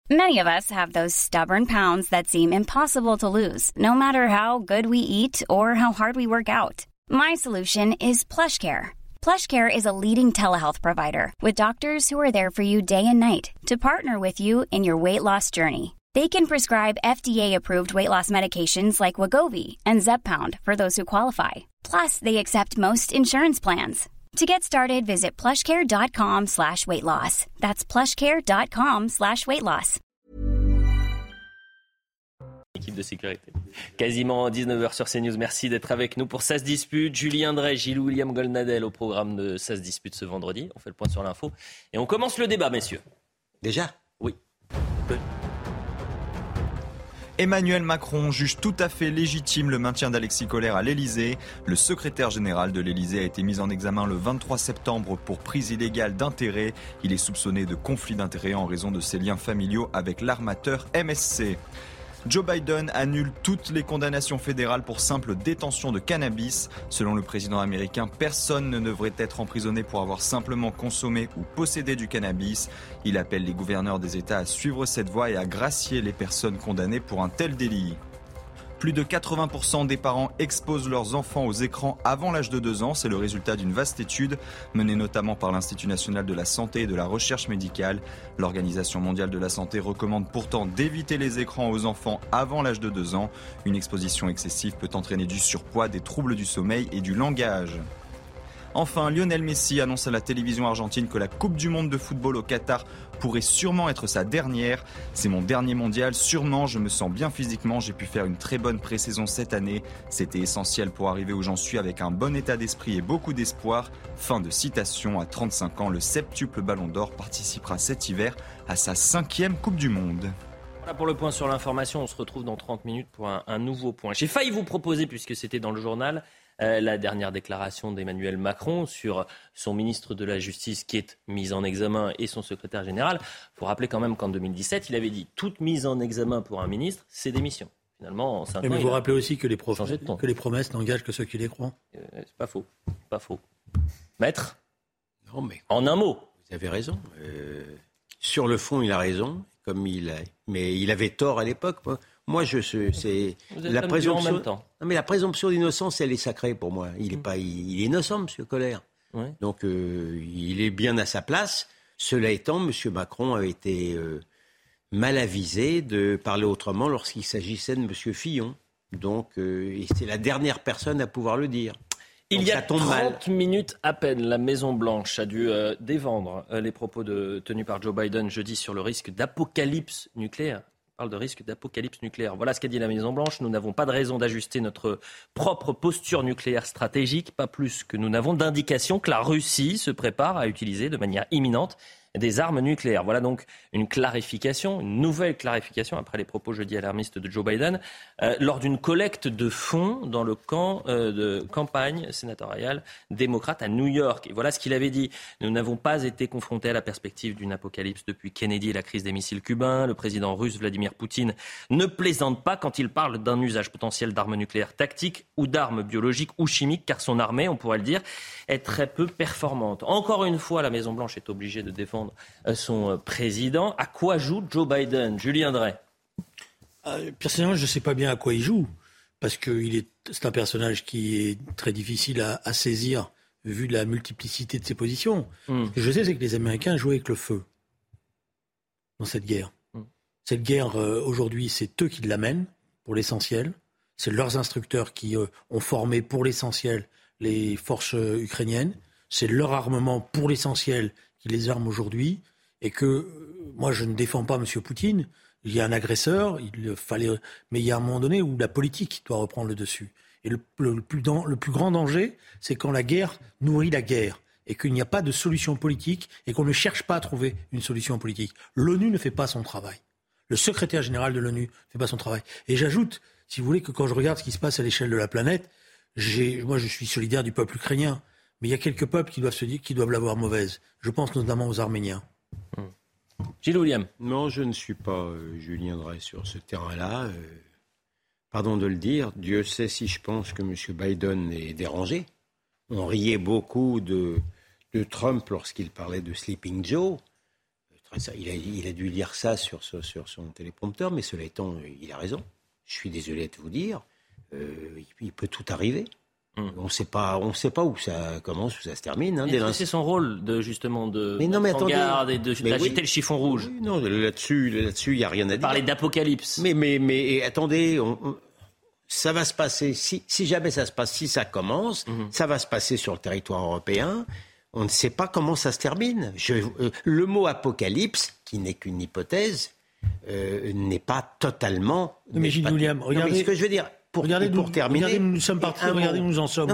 Many of us have those stubborn pounds that seem impossible to lose, no matter how good we eat or how hard we work out. My solution is PlushCare. PlushCare is a leading telehealth provider with doctors who are there for you day and night to partner with you in your weight loss journey. They can prescribe FDA-approved weight loss medications like Wegovy and Zepbound for those who qualify. Plus, they accept most insurance plans. To get started, visit plushcare.com/weightloss. That's plushcare.com/weightloss. Équipe de sécurité. Quasiment 19h sur CNews. Merci d'être avec nous pour Ça se dispute. Julien Drey, Gilles-William Goldnadel au programme de Ça se dispute ce vendredi. On fait le point sur l'info. Et on commence le débat, messieurs. Déjà ? Oui. Emmanuel Macron juge tout à fait légitime le maintien d'Alexis Kohler à l'Elysée. Le secrétaire général de l'Elysée a été mis en examen le 23 septembre pour prise illégale d'intérêts. Il est soupçonné de conflit d'intérêts en raison de ses liens familiaux avec l'armateur MSC. Joe Biden annule toutes les condamnations fédérales pour simple détention de cannabis. Selon le président américain, personne ne devrait être emprisonné pour avoir simplement consommé ou possédé du cannabis. Il appelle les gouverneurs des États à suivre cette voie et à gracier les personnes condamnées pour un tel délit. Plus de 80% des parents exposent leurs enfants aux écrans avant l'âge de 2 ans. C'est le résultat d'une vaste étude menée notamment par l'Institut national de la santé et de la recherche médicale. L'Organisation mondiale de la santé recommande pourtant d'éviter les écrans aux enfants avant l'âge de 2 ans. Une exposition excessive peut entraîner du surpoids, des troubles du sommeil et du langage. Enfin, Lionel Messi annonce à la télévision argentine que la Coupe du Monde de football au Qatar pourrait sûrement être sa dernière. C'est mon dernier mondial, sûrement, je me sens bien physiquement, j'ai pu faire une très bonne pré-saison cette année. C'était essentiel pour arriver où j'en suis avec un bon état d'esprit et beaucoup d'espoir. Fin de citation. À 35 ans, le septuple Ballon d'Or participera cet hiver à sa 5e Coupe du Monde. Voilà pour le point sur l'information, on se retrouve dans 30 minutes pour un nouveau point. J'ai failli vous proposer, puisque c'était dans le journal, la dernière déclaration d'Emmanuel Macron sur son ministre de la Justice qui est mis en examen et son secrétaire général. Il faut rappeler quand même qu'en 2017, il avait dit toute mise en examen pour un ministre, c'est démission. Finalement, en 5 ans, mais vous rappelez aussi que les promesses n'engagent que ceux qui les croient. C'est pas faux. Maître ? Non, mais en un mot. Vous avez raison. Sur le fond, il a raison. Mais il avait tort à l'époque. Moi, c'est la présomption. En même temps. Non, mais la présomption d'innocence, elle est sacrée pour moi. Il est innocent, M. Kohler. Ouais. Donc, il est bien à sa place. Cela étant, M. Macron a été mal avisé de parler autrement lorsqu'il s'agissait de M. Fillon. Donc, c'est la dernière personne à pouvoir le dire. Il y a 30 minutes à peine, la Maison-Blanche a dû dévendre les propos tenus par Joe Biden jeudi sur le risque d'apocalypse nucléaire. On parle de risque d'apocalypse nucléaire. Voilà ce qu'a dit la Maison-Blanche. Nous n'avons pas de raison d'ajuster notre propre posture nucléaire stratégique, pas plus que nous n'avons d'indication que la Russie se prépare à utiliser de manière imminente des armes nucléaires. Voilà donc une clarification, une nouvelle clarification après les propos jeudi alarmistes de Joe Biden lors d'une collecte de fonds dans le camp de campagne sénatoriale démocrate à New York. Et voilà ce qu'il avait dit. Nous n'avons pas été confrontés à la perspective d'une apocalypse depuis Kennedy et la crise des missiles cubains. Le président russe Vladimir Poutine ne plaisante pas quand il parle d'un usage potentiel d'armes nucléaires tactiques ou d'armes biologiques ou chimiques, car son armée, on pourrait le dire, est très peu performante. Encore une fois, la Maison-Blanche est obligée de défendre son président. À quoi joue Joe Biden ? Julien Drey. Personnellement, je ne sais pas bien à quoi il joue, parce que c'est un personnage qui est très difficile à saisir, vu la multiplicité de ses positions. Ce que je sais, c'est que les Américains jouent avec le feu dans cette guerre. Cette guerre, aujourd'hui, c'est eux qui l'amènent, pour l'essentiel. C'est leurs instructeurs qui ont formé, pour l'essentiel, les forces ukrainiennes. C'est leur armement, pour l'essentiel, qui les arme aujourd'hui, et que moi je ne défends pas M. Poutine. Il y a un agresseur, mais il y a un moment donné où la politique doit reprendre le dessus. Et le plus grand danger, c'est quand la guerre nourrit la guerre, et qu'il n'y a pas de solution politique, et qu'on ne cherche pas à trouver une solution politique. L'ONU ne fait pas son travail. Le secrétaire général de l'ONU ne fait pas son travail. Et j'ajoute, si vous voulez, que quand je regarde ce qui se passe à l'échelle de la planète, moi je suis solidaire du peuple ukrainien. Mais il y a quelques peuples qui doivent se dire qu'ils doivent l'avoir mauvaise. Je pense notamment aux Arméniens. Gilles William. Non, je ne suis pas Julien Drey sur ce terrain-là. Pardon de le dire, Dieu sait si je pense que M. Biden est dérangé. On riait beaucoup de Trump lorsqu'il parlait de Sleeping Joe. Il a dû lire ça sur son téléprompteur, mais cela étant, il a raison. Je suis désolé de vous dire, il peut tout arriver. On ne sait pas où ça commence, où ça se termine. C'est son rôle de garde et d'agiter le chiffon rouge. Oui, non, là-dessus, il n'y a rien à dire. Parler d'apocalypse. Mais attendez, ça va se passer. Si jamais ça se passe, si ça commence, ça va se passer sur le territoire européen. On ne sait pas comment ça se termine. Le mot apocalypse, qui n'est qu'une hypothèse, n'est pas totalement... Mais Gilles William, regardez... mais ce que je veux dire, pour terminer... Regardez, nous sommes partis, regardez où nous en sommes.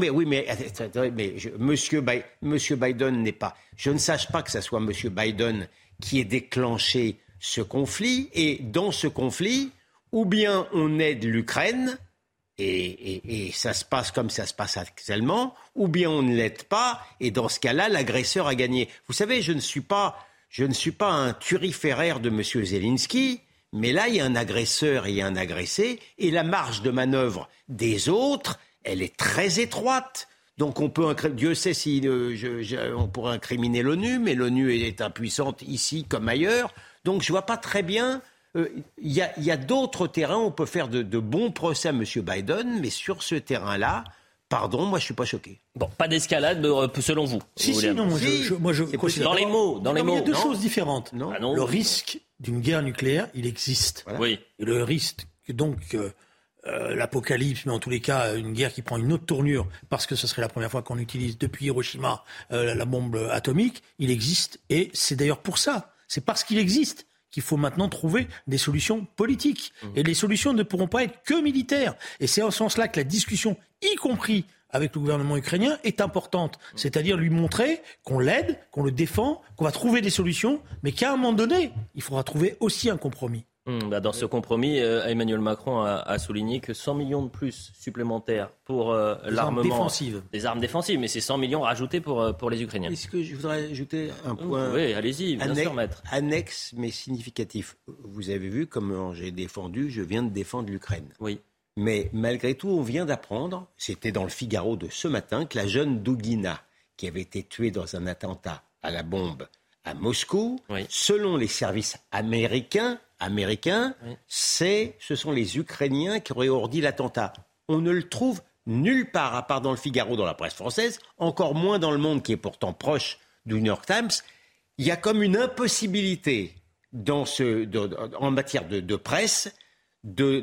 Monsieur Biden n'est pas... Je ne sache pas que ce soit Monsieur Biden qui ait déclenché ce conflit. Et dans ce conflit, ou bien on aide l'Ukraine... Et ça se passe comme ça se passe actuellement, ou bien on ne l'aide pas, et dans ce cas-là, l'agresseur a gagné. Vous savez, je ne suis pas un turiféraire de M. Zelensky, mais là, il y a un agresseur et il y a un agressé, et la marge de manœuvre des autres, elle est très étroite. Donc on peut, Dieu sait si on pourrait incriminer l'ONU, mais l'ONU est impuissante ici comme ailleurs. Donc je ne vois pas très bien... Il y a d'autres terrains où on peut faire de bons procès à M. Biden, mais sur ce terrain-là, pardon, moi je ne suis pas choqué. Bon, pas d'escalade selon vous. Moi je considère... Dans les mots. Il y a deux choses différentes. Le risque d'une guerre nucléaire, il existe. Voilà. Oui. Et le risque, donc, l'apocalypse, mais en tous les cas, une guerre qui prend une autre tournure, parce que ce serait la première fois qu'on utilise depuis Hiroshima la bombe atomique, il existe. Et c'est d'ailleurs pour ça, c'est parce qu'il existe qu'il faut maintenant trouver des solutions politiques. Et les solutions ne pourront pas être que militaires. Et c'est en ce sens-là que la discussion, y compris avec le gouvernement ukrainien, est importante. C'est-à-dire lui montrer qu'on l'aide, qu'on le défend, qu'on va trouver des solutions, mais qu'à un moment donné, il faudra trouver aussi un compromis. Dans ce compromis, Emmanuel Macron a souligné que 100 millions de plus supplémentaires pour l'armement. Des armes défensives, mais c'est 100 millions rajoutés pour les Ukrainiens. Est-ce que je voudrais ajouter un point allez-y, bien sûr, maître. Annexe, mais significatif. Vous avez vu comment je viens de défendre l'Ukraine. Oui. Mais malgré tout, on vient d'apprendre, c'était dans le Figaro de ce matin, que la jeune Dougina, qui avait été tuée dans un attentat à la bombe à Moscou, selon les services américains, ce sont les Ukrainiens qui auraient ordi l'attentat. On ne le trouve nulle part, à part dans le Figaro, dans la presse française, encore moins dans Le Monde, qui est pourtant proche du New York Times. Il y a comme une impossibilité en matière de presse de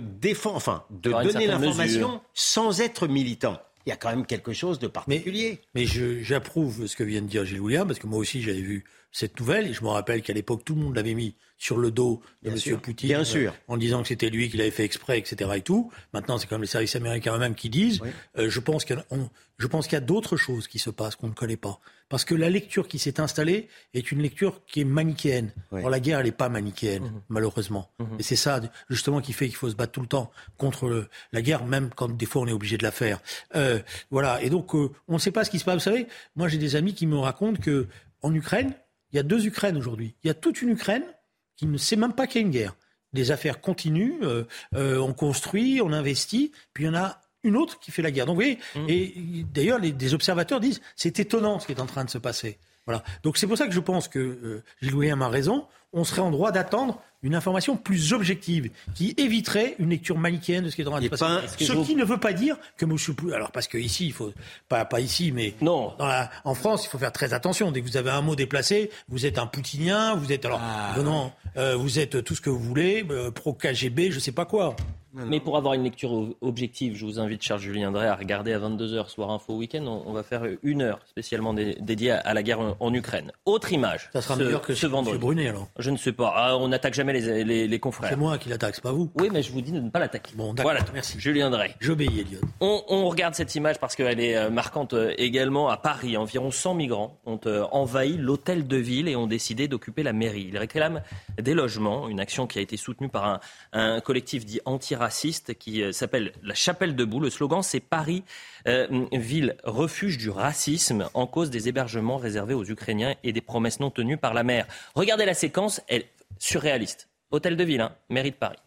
donner l'information sans être militant. Il y a quand même quelque chose de particulier. Mais j'approuve ce que vient de dire Gilles William, parce que moi aussi j'avais vu cette nouvelle, et je me rappelle qu'à l'époque tout le monde l'avait mis sur le dos de M. Poutine, en disant que c'était lui qui l'avait fait exprès, etc. et tout. Maintenant, c'est quand même les services américains eux-mêmes qui disent. Je pense qu'il y a d'autres choses qui se passent qu'on ne connaît pas. Parce que la lecture qui s'est installée est une lecture qui est manichéenne. Or, la guerre, elle n'est pas manichéenne, malheureusement. Et c'est ça, justement, qui fait qu'il faut se battre tout le temps contre la guerre, même quand des fois on est obligé de la faire. Voilà. Et donc, on ne sait pas ce qui se passe. Vous savez, moi, j'ai des amis qui me racontent qu'en Ukraine, il y a 2 Ukraines aujourd'hui. Il y a toute une Ukraine qui ne sait même pas qu'il y a une guerre. Les affaires continuent, on construit, on investit, puis il y en a une autre qui fait la guerre. Donc vous voyez, et d'ailleurs des observateurs disent c'est étonnant ce qui est en train de se passer. Voilà. Donc c'est pour ça que je pense que Gilles William a raison. On serait en droit d'attendre une information plus objective qui éviterait une lecture manichéenne de ce qui est en train de se passer. Ce qui ne veut pas dire que alors parce que ici il faut pas ici, mais non. En France il faut faire très attention. Dès que vous avez un mot déplacé, vous êtes un poutinien, vous êtes vous êtes tout ce que vous voulez, pro KGB, je sais pas quoi. Mais pour avoir une lecture objective, je vous invite, cher Julien Drey, à regarder à 22h Soir Info Week-end. On va faire 1 heure spécialement dédiée à la guerre en Ukraine. Autre image. Ça sera meilleur que ce vendredi. Brunet alors. Je ne sais pas. On n'attaque jamais les confrères. C'est moi qui l'attaque, c'est pas vous. Oui, mais je vous dis de ne pas l'attaquer. Bon, d'accord. Voilà. Merci. Julien Drey. J'obéis, Elliot. On regarde cette image parce qu'elle est marquante également. À Paris, environ 100 migrants ont envahi l'hôtel de ville et ont décidé d'occuper la mairie. Ils réclament des logements, une action qui a été soutenue par un collectif dit antiraciste qui s'appelle La Chapelle Debout. Le slogan, c'est Paris, ville refuge du racisme, en cause des hébergements réservés aux Ukrainiens et des promesses non tenues par la maire. Regardez la séquence, elle est surréaliste. Hôtel de ville, mairie de Paris.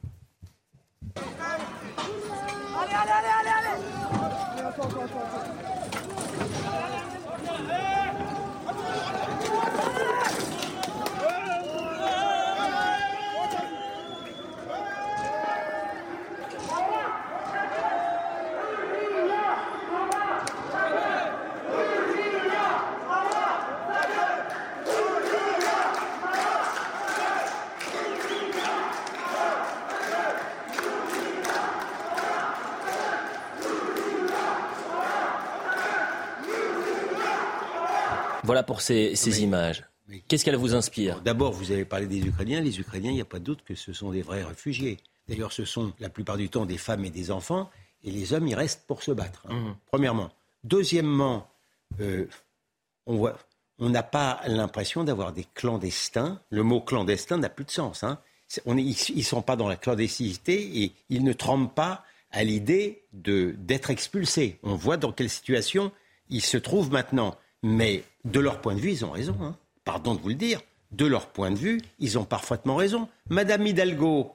Voilà pour ces images. Qu'est-ce qu'elle vous inspire ? D'abord, vous avez parlé des Ukrainiens. Les Ukrainiens, il n'y a pas de doute que ce sont des vrais réfugiés. D'ailleurs, ce sont la plupart du temps des femmes et des enfants. Et les hommes, ils restent pour se battre. Premièrement. Deuxièmement, on n'a pas l'impression d'avoir des clandestins. Le mot clandestin n'a plus de sens. Ils ne sont pas dans la clandestinité et ils ne tremblent pas à l'idée d'être expulsés. On voit dans quelle situation ils se trouvent maintenant. Mais de leur point de vue, ils ont raison. Pardon de vous le dire. De leur point de vue, ils ont parfaitement raison. Madame Hidalgo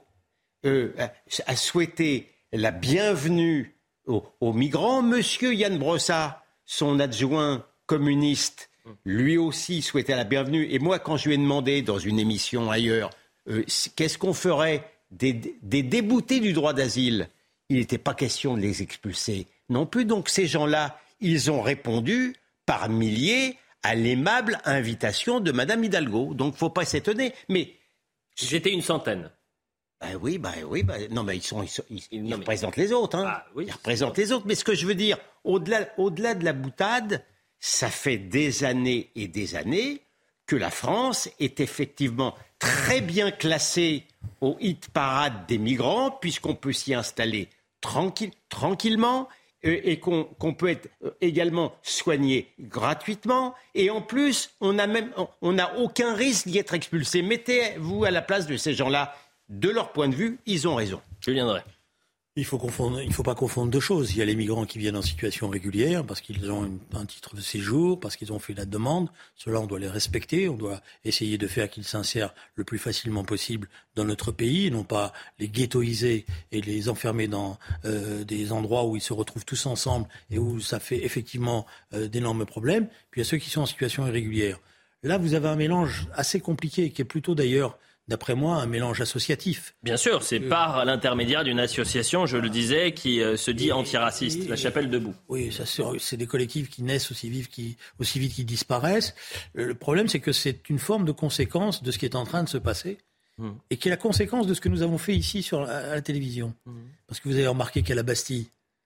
a souhaité la bienvenue aux migrants. Monsieur Yann Brossat, son adjoint communiste, lui aussi souhaitait la bienvenue. Et moi, quand je lui ai demandé dans une émission ailleurs, qu'est-ce qu'on ferait des déboutés du droit d'asile, il n'était pas question de les expulser non plus. Donc ces gens-là, ils ont répondu par milliers à l'aimable invitation de Madame Hidalgo. Donc il ne faut pas s'étonner. Mais ils étaient une centaine. Oui. Non, mais ils représentent les autres. Ils représentent les autres. Mais ce que je veux dire, au-delà de la boutade, ça fait des années et des années que la France est effectivement très bien classée au hit parade des migrants, puisqu'on peut s'y installer tranquillement et qu'on peut être également soigné gratuitement. Et en plus, on n'a aucun risque d'y être expulsé. Mettez-vous à la place de ces gens-là. De leur point de vue, ils ont raison. Julien Drey. Il faut pas confondre deux choses. Il y a les migrants qui viennent en situation régulière parce qu'ils ont un titre de séjour, parce qu'ils ont fait la demande. Ceux-là, on doit les respecter. On doit essayer de faire qu'ils s'insèrent le plus facilement possible dans notre pays, et non pas les ghettoiser et les enfermer dans des endroits où ils se retrouvent tous ensemble et où ça fait effectivement d'énormes problèmes. Puis il y a ceux qui sont en situation irrégulière. Là, vous avez un mélange assez compliqué qui est plutôt d'ailleurs, d'après moi, un mélange associatif. Bien sûr, c'est par l'intermédiaire d'une association, je le disais, qui se dit antiraciste, la Chapelle Debout. Oui, c'est des collectifs qui naissent aussi vite qu'ils disparaissent. Le problème, c'est que c'est une forme de conséquence de ce qui est en train de se passer et qui est la conséquence de ce que nous avons fait ici à la télévision. Parce que vous avez remarqué qu'à la Bastille,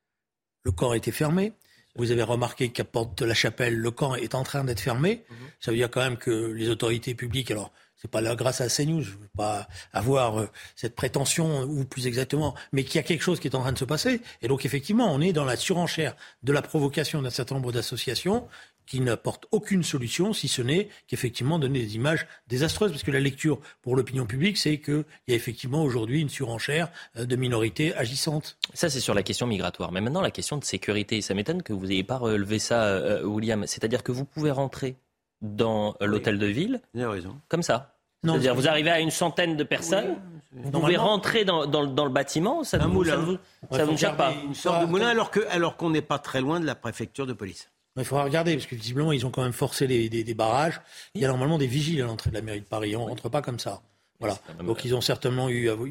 le camp a été fermé. Vous avez remarqué qu'à Porte de la Chapelle, le camp est en train d'être fermé. Ça veut dire quand même que les autorités publiques... Alors, c'est pas là grâce à CNews, je veux pas avoir cette prétention, ou plus exactement, mais qu'il y a quelque chose qui est en train de se passer. Et donc, effectivement, on est dans la surenchère de la provocation d'un certain nombre d'associations qui n'apportent aucune solution, si ce n'est qu'effectivement donner des images désastreuses. Parce que la lecture pour l'opinion publique, c'est qu'il y a effectivement aujourd'hui une surenchère de minorités agissantes. Ça, c'est sur la question migratoire. Mais maintenant, la question de sécurité, ça m'étonne que vous n'ayez pas relevé ça, William. C'est-à-dire que vous pouvez rentrer dans l'hôtel de ville, comme ça. Non, c'est-à-dire, vous arrivez à une centaine de personnes, vous pouvez rentrer dans le bâtiment, ça ne vous choque pas. Une sorte de moulin, alors qu'on n'est pas très loin de la préfecture de police. Il faudra regarder, parce que visiblement, ils ont quand même forcé des barrages. Il y a normalement des vigiles à l'entrée de la mairie de Paris. On ne rentre pas comme ça. Voilà. Donc, ils ont certainement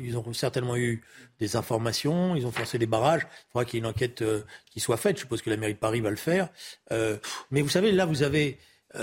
eu des informations, ils ont forcé des barrages. Il faudra qu'il y ait une enquête qui soit faite. Je suppose que la mairie de Paris va le faire. Mais vous savez, là, vous avez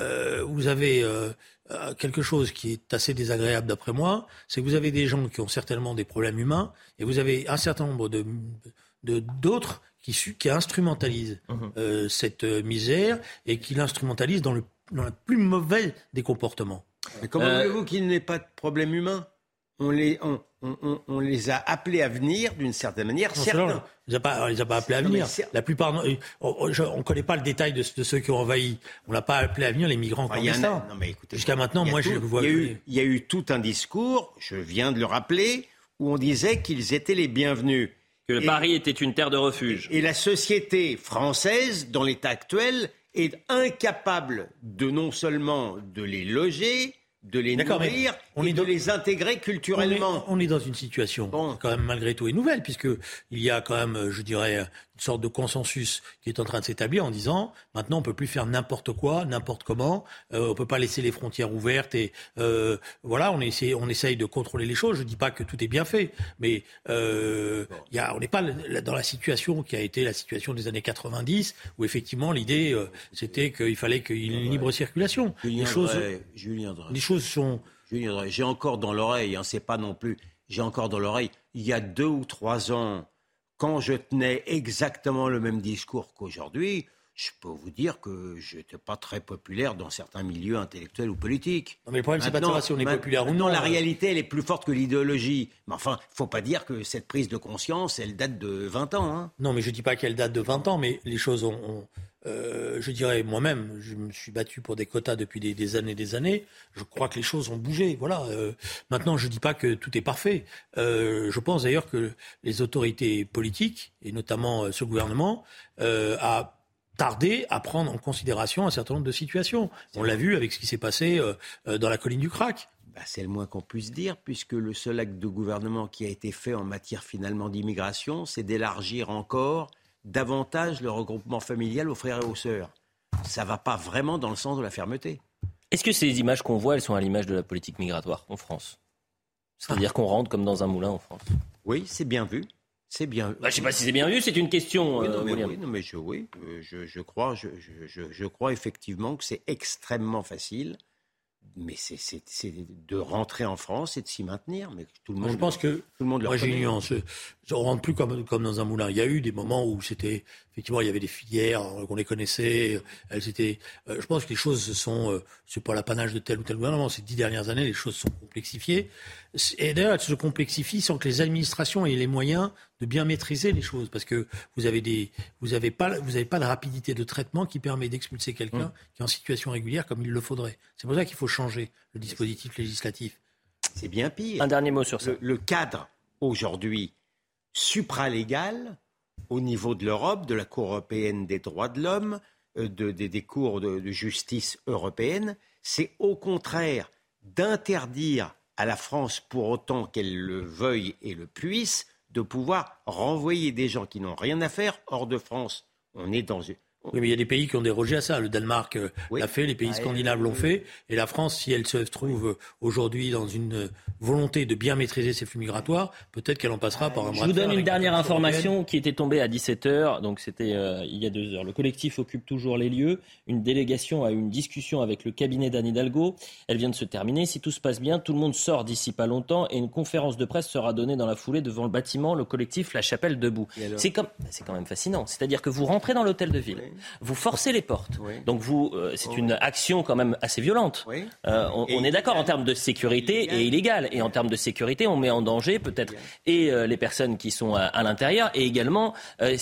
quelque chose qui est assez désagréable d'après moi, c'est que vous avez des gens qui ont certainement des problèmes humains et vous avez un certain nombre d'autres qui instrumentalisent cette misère et qui l'instrumentalisent dans le plus mauvais des comportements. Mais comment voulez-vous qu'il n'ait pas de problème humain ? On les a appelés à venir d'une certaine manière. On les a pas appelés à venir. La plupart, on ne connaît pas le détail de ceux qui ont envahi. On l'a pas appelé à venir les migrants clandestins. Jusqu'à maintenant, moi, je le vois. Il y a eu tout un discours, je viens de le rappeler, où on disait qu'ils étaient les bienvenus. Que Paris était une terre de refuge. Et la société française, dans l'état actuel, est incapable de non seulement de les loger, de les nourrir et de les intégrer culturellement. On est dans une situation quand même malgré tout est nouvelle, puisqu'il y a quand même, je dirais, une sorte de consensus qui est en train de s'établir en disant maintenant on peut plus faire n'importe quoi, n'importe comment, on peut pas laisser les frontières ouvertes et voilà, on essaye de contrôler les choses. Je dis pas que tout est bien fait, mais on n'est pas dans la situation qui a été la situation des années 90 où effectivement l'idée c'était qu'il fallait qu'il y ait une libre circulation. Julien Drey, j'ai encore dans l'oreille, c'est pas non plus, j'ai encore dans l'oreille, il y a 2 ou 3 ans, quand je tenais exactement le même discours qu'aujourd'hui, je peux vous dire que je n'étais pas très populaire dans certains milieux intellectuels ou politiques. Non, mais le problème, c'est pas de savoir si on est populaire ou non. La réalité, elle est plus forte que l'idéologie. Mais enfin, il ne faut pas dire que cette prise de conscience, elle date de 20 ans. Hein. Non, mais je ne dis pas qu'elle date de 20 ans, mais les choses je dirais, moi-même, je me suis battu pour des quotas depuis des années. Je crois que les choses ont bougé. Voilà. Maintenant, je ne dis pas que tout est parfait. Je pense d'ailleurs que les autorités politiques, et notamment ce gouvernement, a tardé à prendre en considération un certain nombre de situations. On l'a vu avec ce qui s'est passé dans la colline du Crac. C'est le moins qu'on puisse dire, puisque le seul acte de gouvernement qui a été fait en matière finalement d'immigration, c'est d'élargir encore davantage le regroupement familial aux frères et aux sœurs. Ça ne va pas vraiment dans le sens de la fermeté. Est-ce que ces images qu'on voit, elles sont à l'image de la politique migratoire en France ? C'est-à-dire qu'on rentre comme dans un moulin en France ? Oui, c'est bien vu. C'est bien. Je ne sais pas si c'est bien vu, c'est une question. Je crois effectivement que c'est extrêmement facile. Mais c'est de rentrer en France et de s'y maintenir. Mais tout le monde. Je pense que tout le monde le reconnaît. On ne rentre plus comme dans un moulin. Il y a eu des moments où c'était effectivement il y avait des filières, qu'on les connaissait. Je pense que les choses c'est pas l'apanage de tel ou tel gouvernement. Ces 10 dernières années, les choses sont complexifiées. Et d'ailleurs, elles se complexifient sans que les administrations aient les moyens de bien maîtriser les choses, parce que vous avez pas de rapidité de traitement qui permet d'expulser quelqu'un qui est en situation régulière comme il le faudrait. C'est pour ça qu'il faut changer le dispositif législatif. C'est bien pire. Un dernier mot sur ça. Le cadre aujourd'hui supralégal au niveau de l'Europe, de la Cour européenne des droits de l'homme, des cours de justice européenne, c'est au contraire d'interdire à la France, pour autant qu'elle le veuille et le puisse, de pouvoir renvoyer des gens qui n'ont rien à faire hors de France. On est dans une... Oui, mais il y a des pays qui ont dérogé à ça. Le Danemark l'a fait, les pays scandinaves l'ont fait. Et la France, si elle se trouve aujourd'hui dans une volonté de bien maîtriser ses flux migratoires, peut-être qu'elle en passera par un bras de fer. Je vous donne une dernière information qui était tombée à 17h, donc c'était il y a 2 heures. Le collectif occupe toujours les lieux. Une délégation a eu une discussion avec le cabinet d'Anne Hidalgo. Elle vient de se terminer. Si tout se passe bien, tout le monde sort d'ici pas longtemps et une conférence de presse sera donnée dans la foulée devant le bâtiment, le collectif La Chapelle Debout. C'est quand même fascinant. C'est-à-dire que vous rentrez dans l'hôtel de ville. Vous forcez les portes. Donc c'est une action quand même assez violente. On est d'accord en termes de sécurité et illégale. Et en termes de sécurité, on met en danger peut-être les personnes qui sont à l'intérieur et également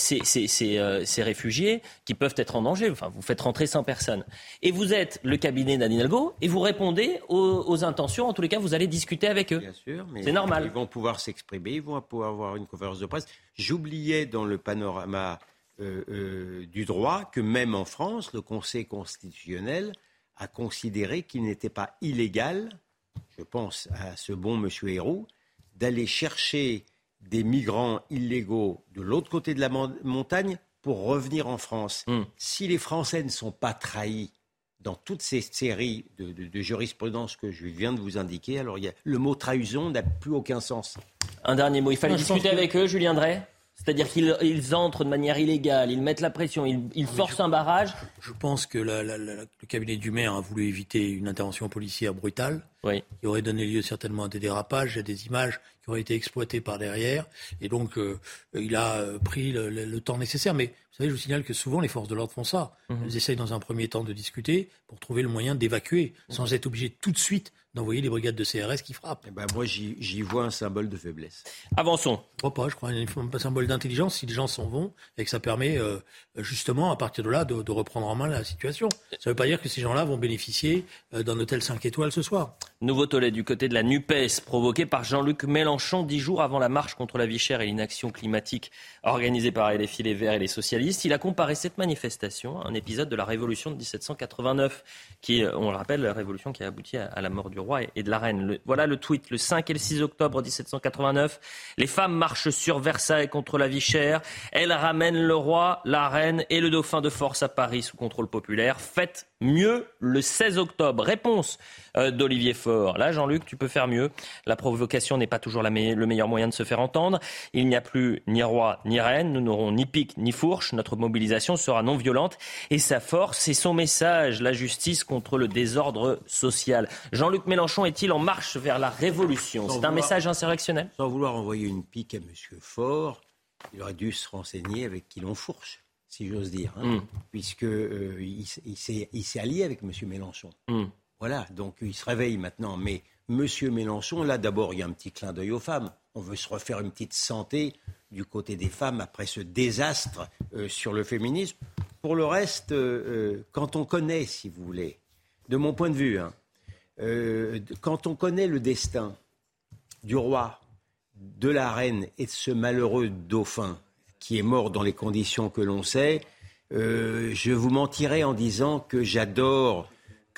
ces réfugiés qui peuvent être en danger. Enfin, vous faites rentrer 100 personnes. Et vous êtes le cabinet d'Anne Hidalgo et vous répondez aux intentions. En tous les cas, vous allez discuter avec eux. Bien sûr, mais c'est normal. Ils vont pouvoir s'exprimer, ils vont pouvoir avoir une conférence de presse. J'oubliais dans le panorama du droit que même en France, le Conseil constitutionnel a considéré qu'il n'était pas illégal, je pense à ce bon monsieur Héroux, d'aller chercher des migrants illégaux de l'autre côté de la montagne pour revenir en France. Si les Français ne sont pas trahis dans toutes ces séries de jurisprudence que je viens de vous indiquer, alors le mot trahison n'a plus aucun sens. Un dernier mot, il fallait discuter avec eux, Julien Drey. C'est-à-dire qu'ils entrent de manière illégale, ils mettent la pression, ils forcent un barrage. Je pense que le cabinet du maire a voulu éviter une intervention policière brutale, qui aurait donné lieu certainement à des dérapages, à des images qui auraient été exploitées par derrière. Et donc, il a pris le temps nécessaire. Mais vous savez, je vous signale que souvent, les forces de l'ordre font ça. Elles essayent dans un premier temps de discuter pour trouver le moyen d'évacuer, sans être obligés tout de suite d'envoyer les brigades de CRS qui frappent. Moi, j'y vois un symbole de faiblesse. Avançons. Je crois pas. Je crois qu'il faut un symbole d'intelligence si les gens s'en vont et que ça permet justement, à partir de là, de reprendre en main la situation. Ça ne veut pas dire que ces gens-là vont bénéficier d'un hôtel 5 étoiles ce soir. Nouveau tollé du côté de la NUPES, provoqué par Jean-Luc Mélenchon 10 jours avant la marche contre la vie chère et l'inaction climatique organisée par LFI, les Verts et les socialistes. Il a comparé cette manifestation à un épisode de la Révolution de 1789, qui, on le rappelle, la Révolution qui a abouti à la mort du roi et de la reine. Voilà le tweet. Le 5 et le 6 octobre 1789, les femmes marchent sur Versailles contre la vie chère. Elles ramènent le roi, la reine et le dauphin de force à Paris sous contrôle populaire. Faites mieux le 16 octobre. Réponse d'Olivier Faure. Là, Jean-Luc, tu peux faire mieux. La provocation n'est pas toujours le meilleur moyen de se faire entendre. Il n'y a plus ni roi ni reine. Nous n'aurons ni pique ni fourche. Notre mobilisation sera non violente. Et sa force, c'est son message. La justice contre le désordre social. Jean-Luc Mélenchon est-il en marche vers la révolution ? C'est un message insurrectionnel ? Sans vouloir envoyer une pique à M. Faure, il aurait dû se renseigner avec qui l'on fourche. si j'ose dire, puisque il s'est allié avec M. Mélenchon. Voilà, donc il se réveille maintenant. Mais M. Mélenchon, là d'abord, il y a un petit clin d'œil aux femmes. On veut se refaire une petite santé du côté des femmes après ce désastre sur le féminisme. Pour le reste, quand on connaît, si vous voulez, de mon point de vue, quand on connaît le destin du roi, de la reine et de ce malheureux dauphin qui est mort dans les conditions que l'on sait, je vous mentirais en disant que j'adore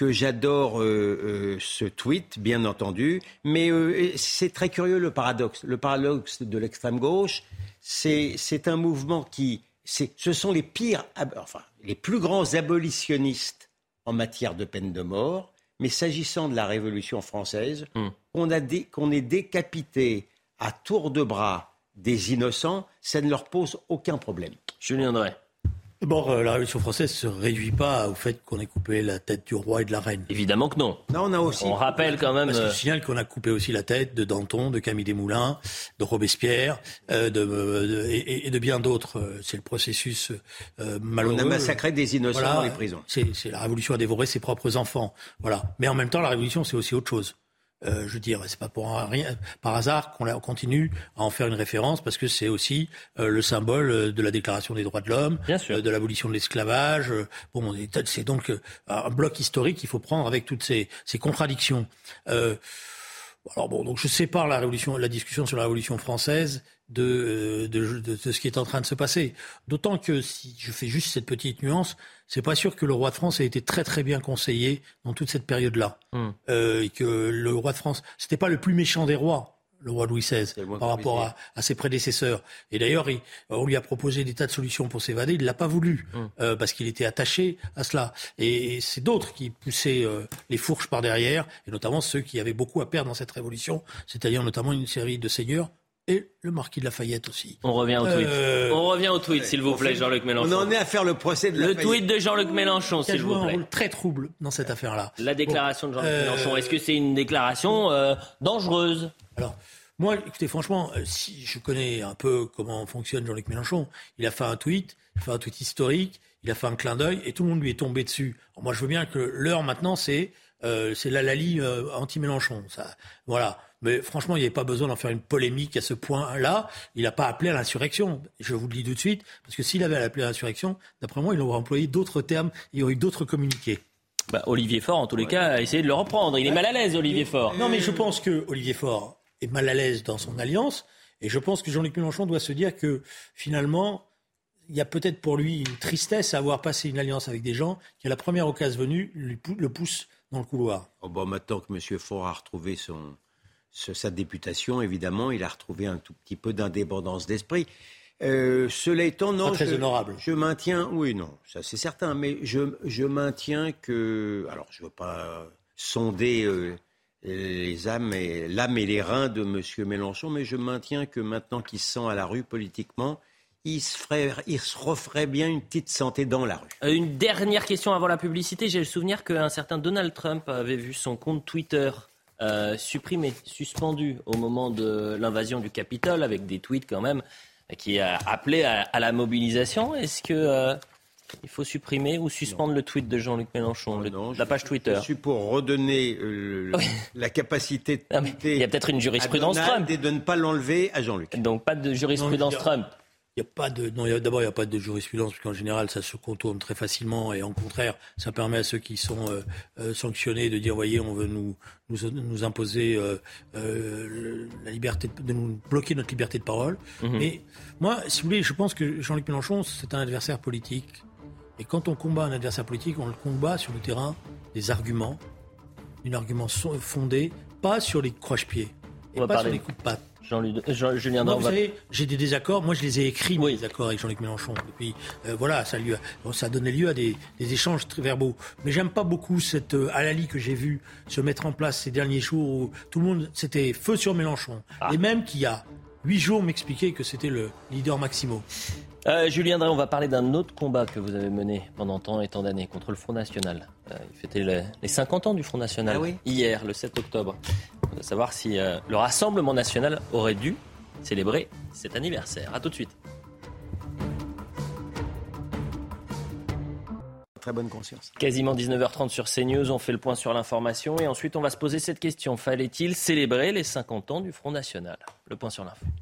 ce tweet, bien entendu, mais c'est très curieux le paradoxe. Le paradoxe de l'extrême gauche, c'est un mouvement ce sont les les plus grands abolitionnistes en matière de peine de mort, mais s'agissant de la Révolution française, qu'on ait décapité à tour de bras des innocents, ça ne leur pose aucun problème. Julien Drey. D'abord, la Révolution française ne se réduit pas au fait qu'on ait coupé la tête du roi et de la reine. Évidemment que non. Non, on rappelle quand même... Parce que je signale qu'on a coupé aussi la tête de Danton, de Camille Desmoulins, de Robespierre et de bien d'autres. C'est le processus malheureux. On a massacré des innocents dans les prisons. C'est la Révolution a dévoré ses propres enfants. Voilà. Mais en même temps, la Révolution, c'est aussi autre chose. Je veux dire, c'est pas par hasard qu'on continue à en faire une référence, parce que c'est aussi le symbole de la Déclaration des droits de l'homme, de l'abolition de l'esclavage. C'est donc un bloc historique qu'il faut prendre avec toutes ces contradictions. Donc je sépare la discussion sur la Révolution française de ce qui est en train de se passer. D'autant que si je fais juste cette petite nuance, c'est pas sûr que le roi de France ait été très très bien conseillé dans toute cette période-là. Et que le roi de France, c'était pas le plus méchant des rois, le roi Louis XVI, par rapport à ses prédécesseurs. Et d'ailleurs, on lui a proposé des tas de solutions pour s'évader, il l'a pas voulu, parce qu'il était attaché à cela. Et c'est d'autres qui poussaient les fourches par derrière, et notamment ceux qui avaient beaucoup à perdre dans cette révolution, c'est-à-dire notamment une série de seigneurs, et le marquis de Lafayette aussi. On revient au tweet, s'il vous plaît, Jean-Luc Mélenchon. On en est à faire le procès de Lafayette. Le tweet de Jean-Luc Mélenchon, s'il vous plaît. Qui a joué un rôle très trouble dans cette affaire-là. La déclaration de Jean-Luc Mélenchon, est-ce que c'est une déclaration dangereuse ? Alors, moi, écoutez, franchement, si je connais un peu comment fonctionne Jean-Luc Mélenchon, il a fait un tweet historique, il a fait un clin d'œil, et tout le monde lui est tombé dessus. Alors, moi, je veux bien que l'heure maintenant, c'est l'Halali anti-Mélenchon. Ça, voilà. Mais franchement, il n'y avait pas besoin d'en faire une polémique à ce point-là. Il n'a pas appelé à l'insurrection. Je vous le dis tout de suite, parce que s'il avait appelé à l'insurrection, d'après moi, il aurait employé d'autres termes, il y aurait eu d'autres communiqués. Olivier Faure, en tous les cas, a essayé de le reprendre. Il est mal à l'aise, Olivier Faure. Non, mais je pense que Olivier Faure est mal à l'aise dans son alliance. Et je pense que Jean-Luc Mélenchon doit se dire que, finalement, il y a peut-être pour lui une tristesse à avoir passé une alliance avec des gens qui, à la première occasion venue, le poussent dans le couloir. Maintenant que M. Faure a retrouvé sa députation, évidemment, il a retrouvé un tout petit peu d'indépendance d'esprit. Cela étant, non, pas très honorable. Je maintiens, oui, non, ça c'est certain, mais je maintiens que, alors je ne veux pas sonder l'âme et les reins de M. Mélenchon, mais je maintiens que maintenant qu'il se sent à la rue politiquement, il se referait bien une petite santé dans la rue. Une dernière question avant la publicité. J'ai le souvenir qu'un certain Donald Trump avait vu son compte Twitter supprimé, suspendu au moment de l'invasion du Capitole, avec des tweets quand même qui appelaient à la mobilisation. Est-ce que il faut supprimer ou suspendre le tweet de Jean-Luc Mélenchon, la page Twitter? Je suis pour redonner la capacité de tweeter. Il y a peut-être une jurisprudence Trump. Et de ne pas l'enlever à Jean-Luc. Donc pas de jurisprudence Trump. D'abord, il n'y a pas de jurisprudence, parce qu'en général, ça se contourne très facilement, et au contraire, ça permet à ceux qui sont sanctionnés de dire, voyez, on veut nous imposer la liberté, de nous bloquer notre liberté de parole. Mais moi, si vous voulez, je pense que Jean-Luc Mélenchon, c'est un adversaire politique. Et quand on combat un adversaire politique, on le combat sur le terrain des arguments, un argument fondé, pas sur les croche-pieds, et pas sur les coups de patte. Julien Drey, vous savez, j'ai des désaccords. Moi, je les ai écrits, mes désaccords avec Jean-Luc Mélenchon. Depuis, ça a donné lieu à des échanges très verbaux. Mais j'aime pas beaucoup cette halali que j'ai vu se mettre en place ces derniers jours où tout le monde, c'était feu sur Mélenchon. Et même qui, il y a 8 jours, m'expliquait que c'était le leader Maximo. Julien Drey, on va parler d'un autre combat que vous avez mené pendant tant et tant d'années contre le Front National. Il fêtait les 50 ans du Front National hier, le 7 octobre. On va savoir si le Rassemblement National aurait dû célébrer cet anniversaire. A tout de suite. très bonne conscience. Quasiment 19h30 sur CNews, on fait le point sur l'information et ensuite on va se poser cette question. Fallait-il célébrer les 50 ans du Front National ? Le point sur l'info.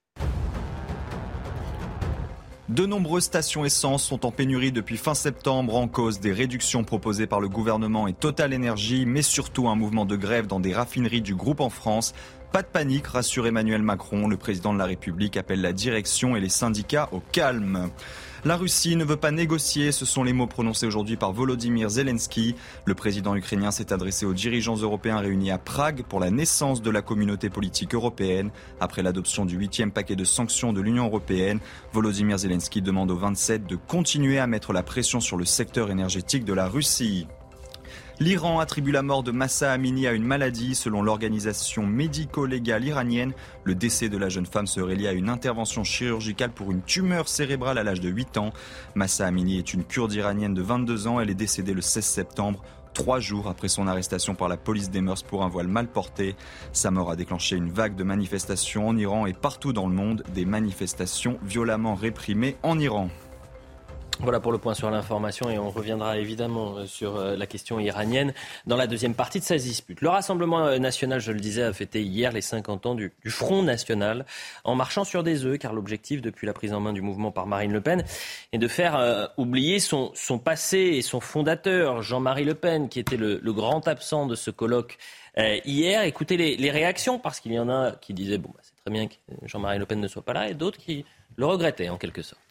De nombreuses stations essence sont en pénurie depuis fin septembre en cause des réductions proposées par le gouvernement et Total Energy, mais surtout un mouvement de grève dans des raffineries du groupe en France. Pas de panique, rassure Emmanuel Macron. Le président de la République appelle la direction et les syndicats au calme. La Russie ne veut pas négocier, ce sont les mots prononcés aujourd'hui par Volodymyr Zelensky. Le président ukrainien s'est adressé aux dirigeants européens réunis à Prague pour la naissance de la communauté politique européenne. Après l'adoption du 8e paquet de sanctions de l'Union européenne, Volodymyr Zelensky demande aux 27 de continuer à mettre la pression sur le secteur énergétique de la Russie. L'Iran attribue la mort de Mahsa Amini à une maladie. Selon l'organisation médico-légale iranienne, le décès de la jeune femme serait lié à une intervention chirurgicale pour une tumeur cérébrale à l'âge de 8 ans. Mahsa Amini est une Kurde iranienne de 22 ans. Elle est décédée le 16 septembre, 3 jours après son arrestation par la police des mœurs pour un voile mal porté. Sa mort a déclenché une vague de manifestations en Iran et partout dans le monde. Des manifestations violemment réprimées en Iran. Voilà pour le point sur l'information et on reviendra évidemment sur la question iranienne dans la deuxième partie de cette dispute. Le Rassemblement national, je le disais, a fêté hier les 50 ans du Front National en marchant sur des œufs, car l'objectif depuis la prise en main du mouvement par Marine Le Pen est de faire oublier son passé et son fondateur, Jean-Marie Le Pen, qui était le grand absent de ce colloque hier. Écoutez les réactions, parce qu'il y en a qui disaient bon, c'est très bien que Jean-Marie Le Pen ne soit pas là, et d'autres qui le regrettaient en quelque sorte.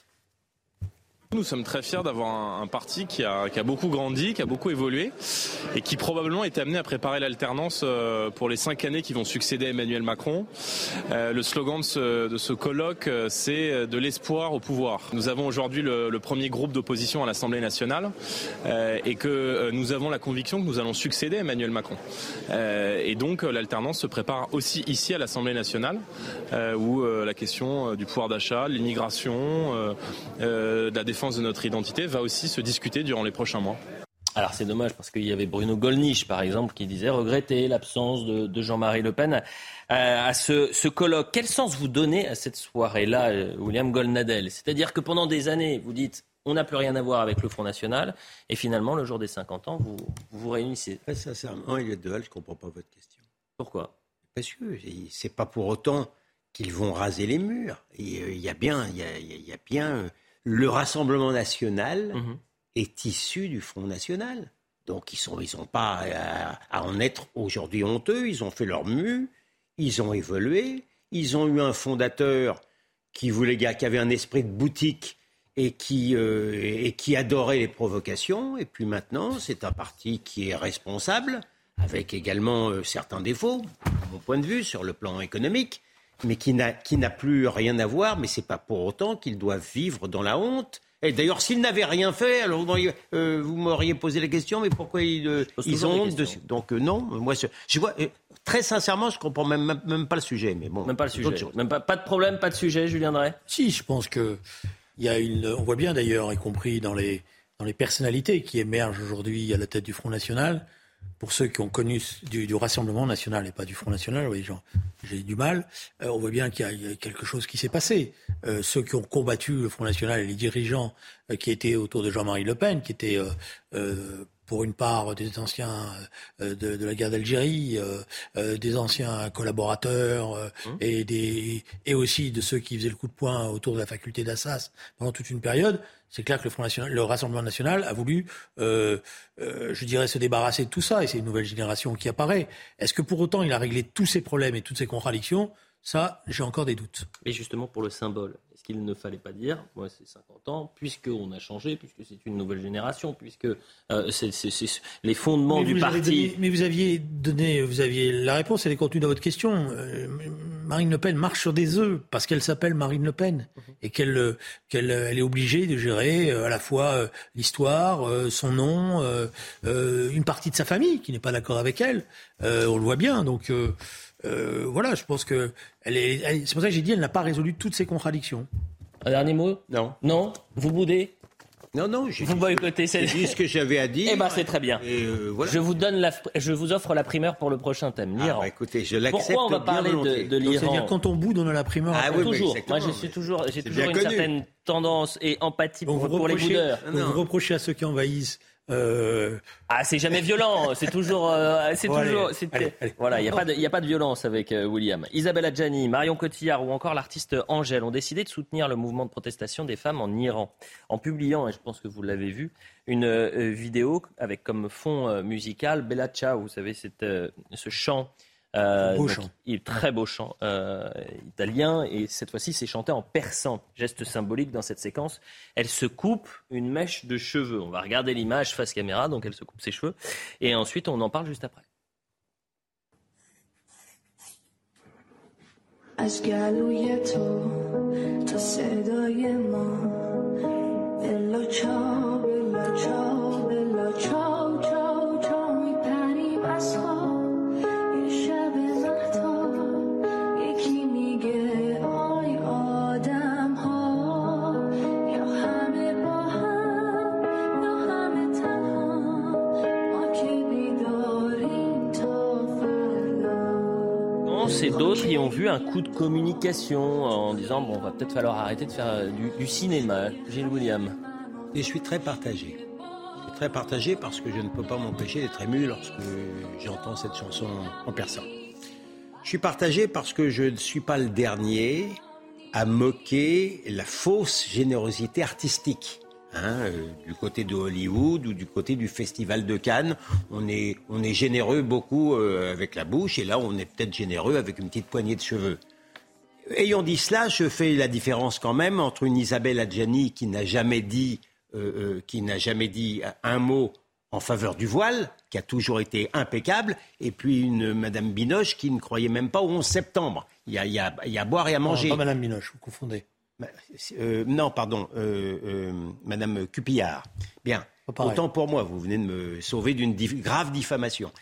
Nous sommes très fiers d'avoir un parti qui a beaucoup grandi, qui a beaucoup évolué et qui probablement est amené à préparer l'alternance pour les 5 années qui vont succéder à Emmanuel Macron. Le slogan de ce colloque, c'est de l'espoir au pouvoir. Nous avons aujourd'hui le premier groupe d'opposition à l'Assemblée nationale et que nous avons la conviction que nous allons succéder à Emmanuel Macron. Et donc l'alternance se prépare aussi ici à l'Assemblée nationale où la question du pouvoir d'achat, de l'immigration, de la défense de notre identité va aussi se discuter durant les prochains mois. Alors c'est dommage parce qu'il y avait Bruno Gollnisch par exemple qui disait regretter l'absence de Jean-Marie Le Pen à ce colloque. Quel sens vous donnez à cette soirée-là, William Goldnadel ? C'est-à-dire que pendant des années vous dites on n'a plus rien à voir avec le Front National et finalement le jour des 50 ans vous réunissez. Sincèrement, Eliott Deval, je ne comprends pas votre question. Pourquoi ? Parce que c'est pas pour autant qu'ils vont raser les murs. Il y a bien le Rassemblement national est issu du Front National. Donc ils n'ont pas à en être aujourd'hui honteux. Ils ont fait leur mue, ils ont évolué, ils ont eu un fondateur qui avait un esprit de boutique et qui adorait les provocations. Et puis maintenant, c'est un parti qui est responsable, avec également certains défauts, de mon point de vue, sur le plan économique, mais qui n'a plus rien à voir, mais c'est pas pour autant qu'ils doivent vivre dans la honte. Et d'ailleurs, s'ils n'avaient rien fait, alors vous m'auriez posé la question, mais pourquoi ils ont honte dessus ? Donc non, moi je vois très sincèrement, je comprends même pas le sujet. Mais bon, même pas le sujet. Même pas de problème, pas de sujet, Julien Drey. Si, je pense que il y a on voit bien d'ailleurs, y compris dans les personnalités qui émergent aujourd'hui à la tête du Front National. Pour ceux qui ont connu du Rassemblement national et pas du Front National, oui, j'ai du mal, on voit bien qu'il y a quelque chose qui s'est passé. Ceux qui ont combattu le Front National et les dirigeants qui étaient autour de Jean-Marie Le Pen, qui étaient pour une part des anciens de la guerre d'Algérie, des anciens collaborateurs et aussi de ceux qui faisaient le coup de poing autour de la faculté d'Assas pendant toute une période. C'est clair que le Rassemblement national a voulu, je dirais, se débarrasser de tout ça, et c'est une nouvelle génération qui apparaît. Est-ce que pour autant il a réglé tous ces problèmes et toutes ces contradictions ? Ça, j'ai encore des doutes. Et justement pour le symbole, est-ce qu'il ne fallait pas dire, moi c'est 50 ans, puisqu'on a changé, puisque c'est une nouvelle génération, puisque c'est les fondements du parti... Mais vous aviez la réponse, elle est contenue dans votre question. Marine Le Pen marche sur des œufs, parce qu'elle s'appelle Marine Le Pen, et qu'elle est obligée de gérer à la fois l'histoire, son nom, une partie de sa famille qui n'est pas d'accord avec elle. On le voit bien, donc... voilà, je pense que c'est pour ça que j'ai dit elle n'a pas résolu toutes ces contradictions. Un dernier mot ? Non. Non ? Vous boudez ? Non, vous boycottez. J'ai dit ce que j'avais à dire. Eh ben, c'est très bien. Voilà. Je vous offre la primeur pour le prochain thème, l'Iran. Écoutez, je l'accepte. Pourquoi on va parler de l'Iran? C'est-à-dire quand on boude, on a la primeur. Toujours. Moi, j'ai toujours une certaine tendance et empathie pour les boudeurs. Vous reprochez à ceux qui envahissent. C'est jamais violent. C'est toujours. Voilà, il n'y a pas de violence avec William. Isabelle Adjani, Marion Cotillard ou encore l'artiste Angèle ont décidé de soutenir le mouvement de protestation des femmes en Iran, en publiant, et je pense que vous l'avez vu, une vidéo avec comme fond musical Bella Ciao. Vous savez, ce chant. Il est très beau chant italien, et cette fois-ci c'est chanté en persan. Geste symbolique dans cette séquence, elle se coupe une mèche de cheveux. On va regarder l'image face caméra, donc elle se coupe ses cheveux et ensuite on en parle juste après. Et d'autres y ont vu un coup de communication en disant bon, va peut-être falloir arrêter de faire du cinéma. Gilles William. Et je suis très partagé. Je suis très partagé parce que je ne peux pas m'empêcher d'être ému lorsque j'entends cette chanson en persan. Je suis partagé parce que je ne suis pas le dernier à moquer la fausse générosité artistique. Du côté de Hollywood ou du côté du Festival de Cannes, on est généreux beaucoup avec la bouche, et là on est peut-être généreux avec une petite poignée de cheveux. Ayant dit cela, je fais la différence quand même entre une Isabelle Adjani qui n'a jamais dit un mot en faveur du voile, qui a toujours été impeccable, et puis une Madame Binoche qui ne croyait même pas au 11 septembre. Il y a à boire et à manger. Non, pas Madame Binoche, vous confondez. Madame Cupillard. Bien, autant pour moi, vous venez de me sauver d'une grave diffamation.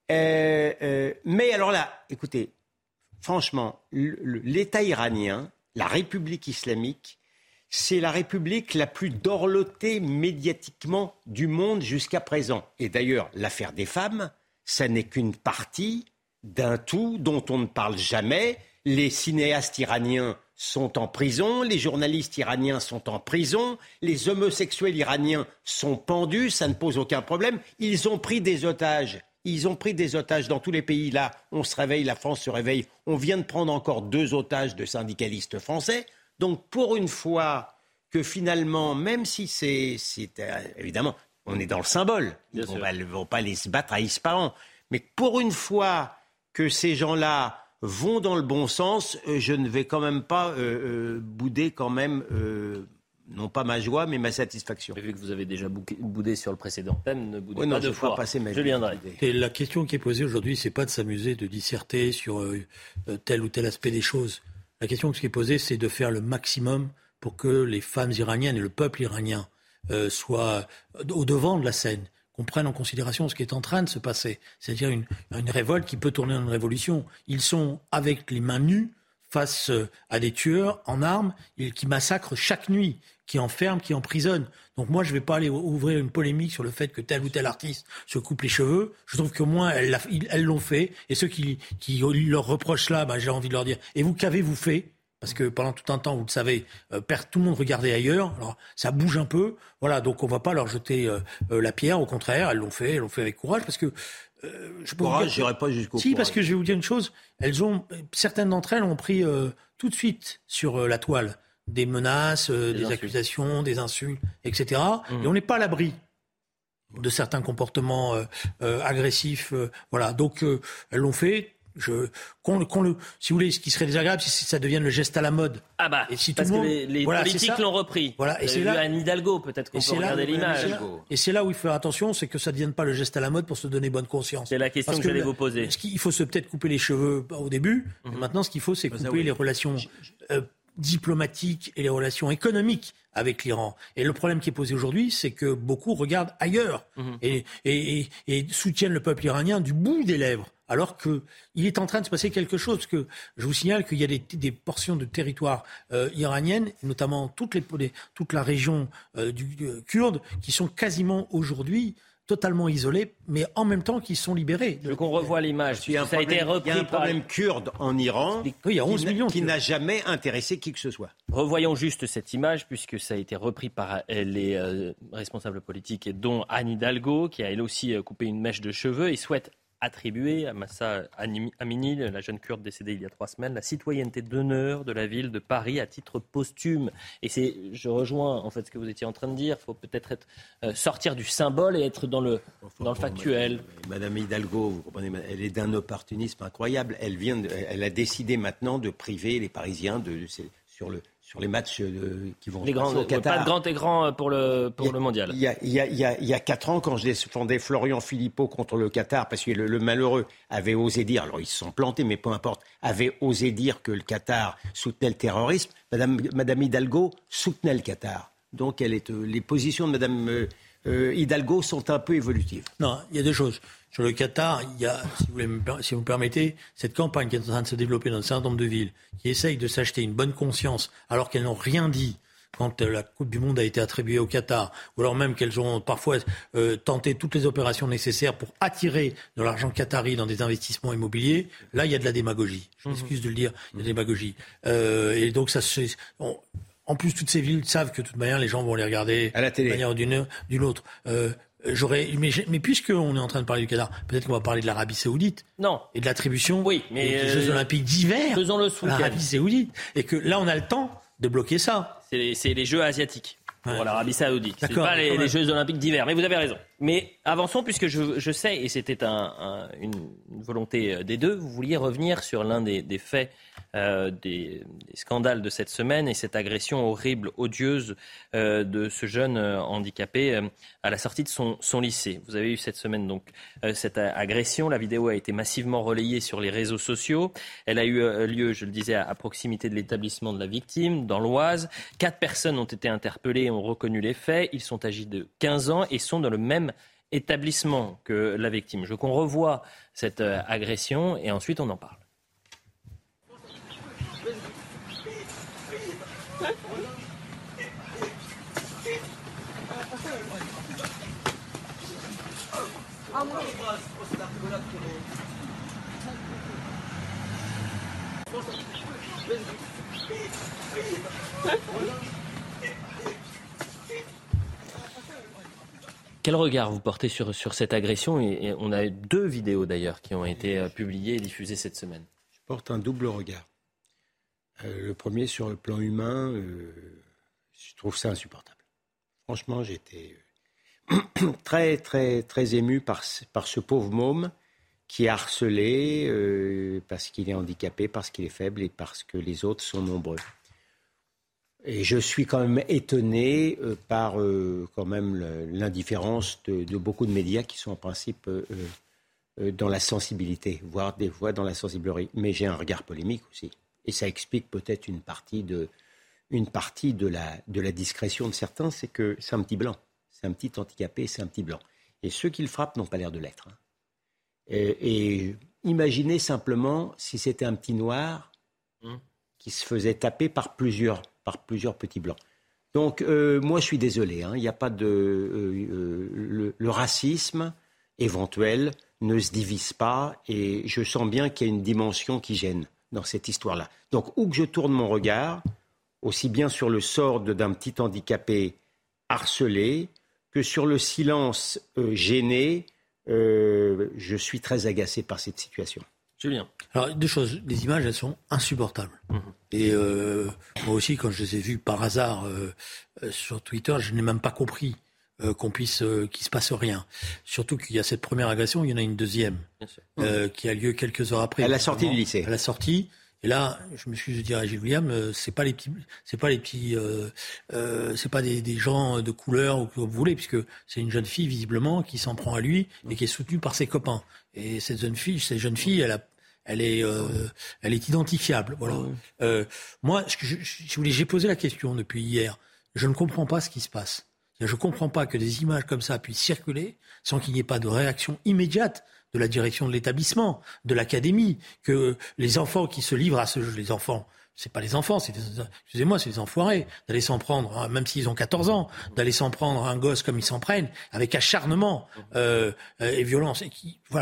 Mais alors là, écoutez, franchement, l'État iranien, la République islamique, c'est la République la plus dorlotée médiatiquement du monde jusqu'à présent. Et d'ailleurs, l'affaire des femmes, ça n'est qu'une partie d'un tout dont on ne parle jamais. Les cinéastes iraniens sont en prison, les journalistes iraniens sont en prison, les homosexuels iraniens sont pendus, ça ne pose aucun problème. Ils ont pris des otages dans tous les pays. Là, on se réveille, la France se réveille. On vient de prendre encore 2 otages de syndicalistes français. Donc, pour une fois que finalement, même si c'est évidemment, on est dans le symbole, ils ne vont pas les se battre à Ispahan, mais pour une fois que ces gens-là vont dans le bon sens, je ne vais quand même pas bouder quand même, non pas ma joie, mais ma satisfaction. Vu que vous avez déjà boudé sur le précédent thème, ne boudez pas deux fois. Je viendrai. Et la question qui est posée aujourd'hui, c'est pas de s'amuser, de disserter sur tel ou tel aspect des choses. La question qui est posée, c'est de faire le maximum pour que les femmes iraniennes et le peuple iranien soient au devant de la scène, qu'on prenne en considération ce qui est en train de se passer, c'est-à-dire une révolte qui peut tourner en une révolution. Ils sont avec les mains nues face à des tueurs en armes qui massacrent chaque nuit, qui enferment, qui emprisonnent. Donc moi, je ne vais pas aller ouvrir une polémique sur le fait que tel ou tel artiste se coupe les cheveux. Je trouve qu'au moins, elles l'ont fait. Et ceux qui leur reprochent cela, j'ai envie de leur dire, et vous, qu'avez-vous fait ? Parce que pendant tout un temps, vous le savez, tout le monde regardait ailleurs. Alors, ça bouge un peu. Voilà, donc on ne va pas leur jeter la pierre. Au contraire, elles l'ont fait avec courage. Parce que courage, je n'irai pas jusqu'au si, parce que je vais vous dire une chose. Certaines d'entre elles ont pris tout de suite sur la toile des menaces, des accusations, des insultes, etc. Et on n'est pas à l'abri de certains comportements agressifs. Voilà, donc elles l'ont fait. Si vous voulez, ce qui serait désagréable, c'est si ça devienne le geste à la mode. Et si parce que les politiques l'ont repris. Voilà. Et c'est là Anne Hidalgo, peut-être qu'on peut regarder l'image. Et c'est là où il faut faire attention, c'est que ça ne devienne pas le geste à la mode pour se donner bonne conscience. C'est la question que j'allais vous poser. Il faut peut-être couper les cheveux au début. Mais maintenant, ce qu'il faut, c'est couper les relations diplomatiques et les relations économiques avec l'Iran. Et le problème qui est posé aujourd'hui, c'est que beaucoup regardent ailleurs et soutiennent le peuple iranien du bout des lèvres. alors qu'il est en train de se passer quelque chose. Que je vous signale qu'il y a des portions de territoire iraniennes, notamment toute la région du kurde, qui sont quasiment aujourd'hui totalement isolés, mais en même temps qui sont libérés. Je veux qu'on revoie l'image. Il y a un problème kurde en Iran il y a 11 millions qui n'a jamais intéressé qui que ce soit. Revoyons juste cette image, puisque ça a été repris par les responsables politiques, dont Anne Hidalgo, qui a elle aussi coupé une mèche de cheveux et souhaite attribuer à Mahsa Amini, la jeune Kurde décédée il y a 3 semaines, la citoyenneté d'honneur de la ville de Paris à titre posthume. Et je rejoins en fait ce que vous étiez en train de dire. Il faut peut-être sortir du symbole et être dans le factuel. Madame Hidalgo, vous comprenez, elle est d'un opportunisme incroyable. Elle a décidé maintenant de priver les Parisiens sur les matchs qui vont se passer au Qatar. Pas de grand écran pour le mondial. Il y a 4 ans, quand je défendais Florian Philippot contre le Qatar, parce que le malheureux avait osé dire, alors ils se sont plantés, mais peu importe, avait osé dire que le Qatar soutenait le terrorisme, Madame Hidalgo soutenait le Qatar. Donc les positions de Madame Hidalgo sont un peu évolutives. Non, il y a 2 choses. Sur le Qatar, il y a, si vous me permettez, cette campagne qui est en train de se développer dans un certain nombre de villes, qui essayent de s'acheter une bonne conscience, alors qu'elles n'ont rien dit quand la Coupe du Monde a été attribuée au Qatar, ou alors même qu'elles ont parfois tenté toutes les opérations nécessaires pour attirer de l'argent qatari dans des investissements immobiliers. Là, il y a de la démagogie. Je m'excuse de le dire, il y a de la démagogie. Et donc, en plus, toutes ces villes savent que de toute manière, les gens vont les regarder à la télé, d'une manière ou d'une autre. Mais puisqu'on est en train de parler du Qatar, peut-être qu'on va parler de l'Arabie Saoudite. Non. Et de l'attribution des Jeux Olympiques d'hiver. Faisons-le ce week-end. L'Arabie Saoudite. Et que là, on a le temps de bloquer ça. C'est les Jeux asiatiques pour l'Arabie Saoudite. C'est D'accord, pas les Jeux Olympiques d'hiver. Mais vous avez raison. Mais avançons, puisque je sais, et c'était une volonté des deux, vous vouliez revenir sur l'un des faits, des scandales de cette semaine et cette agression horrible, odieuse de ce jeune handicapé à la sortie de son lycée. Vous avez eu cette semaine donc cette agression. La vidéo a été massivement relayée sur les réseaux sociaux. Elle a eu lieu, je le disais, à proximité de l'établissement de la victime, dans l'Oise. 4 personnes ont été interpellées et ont reconnu les faits. Ils sont âgés de 15 ans et sont dans le même établissement que la victime. Je veux qu'on revoie cette agression et ensuite on en parle. Quel regard vous portez sur cette agression et on a 2 vidéos d'ailleurs qui ont été publiées et diffusées cette semaine. Je porte un double regard. Le premier sur le plan humain, je trouve ça insupportable. Franchement, j'étais très, très, très ému par ce pauvre môme qui est harcelé parce qu'il est handicapé, parce qu'il est faible et parce que les autres sont nombreux. Et je suis quand même étonné par quand même l'indifférence de beaucoup de médias qui sont en principe dans la sensibilité, voire des fois dans la sensiblerie. Mais j'ai un regard polémique aussi. Et ça explique peut-être une partie de la discrétion de certains, c'est que c'est un petit blanc. C'est un petit handicapé, c'est un petit blanc. Et ceux qui le frappent n'ont pas l'air de l'être. Et imaginez simplement si c'était un petit noir qui se faisait taper par plusieurs petits blancs. Donc, moi, je suis désolé. Il n'y a pas de... le racisme éventuel ne se divise pas et je sens bien qu'il y a une dimension qui gêne dans cette histoire-là. Donc, où que je tourne mon regard, aussi bien sur le sort d'un petit handicapé harcelé que sur le silence gêné, je suis très agacé par cette situation. Julien. Alors, 2 choses. Les images, elles sont insupportables. Et moi aussi, quand je les ai vues par hasard sur Twitter, je n'ai même pas compris qu'il se passe rien. Surtout qu'il y a cette première agression, il y en a une deuxième qui a lieu quelques heures après. À la sortie du lycée. À la sortie. Et là, je me suis dit à Gilles William, c'est pas des gens de couleur ou que vous voulez, puisque c'est une jeune fille visiblement qui s'en prend à lui et qui est soutenue par ses copains. Et cette jeune fille, elle est identifiable. Voilà. Moi, si vous voulez, j'ai posé la question depuis hier. Je ne comprends pas ce qui se passe. Je ne comprends pas que des images comme ça puissent circuler sans qu'il n'y ait pas de réaction immédiate de la direction de l'établissement, de l'académie, que les enfants qui se livrent à ce jeu, les enfants, c'est pas les enfants, c'est des enfoirés, d'aller s'en prendre, même s'ils ont 14 ans, d'aller s'en prendre à un gosse comme ils s'en prennent, avec acharnement et violence. Et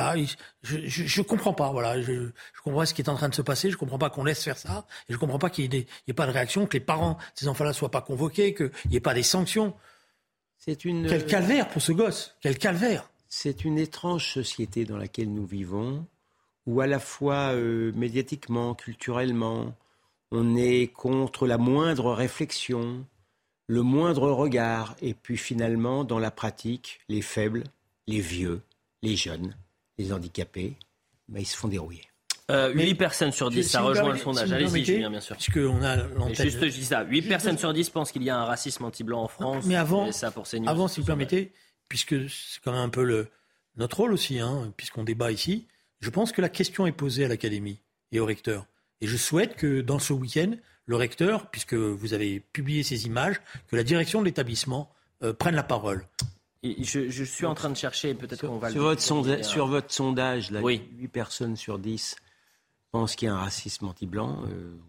je comprends pas, voilà, je comprends pas ce qui est en train de se passer, je comprends pas qu'on laisse faire ça, et je comprends pas qu'il y ait pas de réaction, que les parents de ces enfants-là soient pas convoqués, qu'il n'y ait pas des sanctions. Quel calvaire pour ce gosse, quel calvaire. C'est une étrange société dans laquelle nous vivons, où à la fois médiatiquement, culturellement, on est contre la moindre réflexion, le moindre regard, et puis finalement, dans la pratique, les faibles, les vieux, les jeunes, les handicapés, ils se font dérouiller. 8 personnes sur 10, ça rejoint le sondage. Allez-y, Julien, bien sûr. Puisqu'on a juste, je dis ça. 8 personnes sur 10 pensent qu'il y a un racisme anti-blanc en France. Mais avant, ça pour CNews, avant, si vous permettez, puisque c'est quand même un peu notre rôle aussi, puisqu'on débat ici, je pense que la question est posée à l'Académie et au recteur. Et je souhaite que dans ce week-end, le recteur, puisque vous avez publié ces images, que la direction de l'établissement prenne la parole. Je suis en train de chercher, peut-être qu'on va sur votre sondage, là, oui. 8 personnes sur 10 pensent qu'il y a un racisme anti-blanc.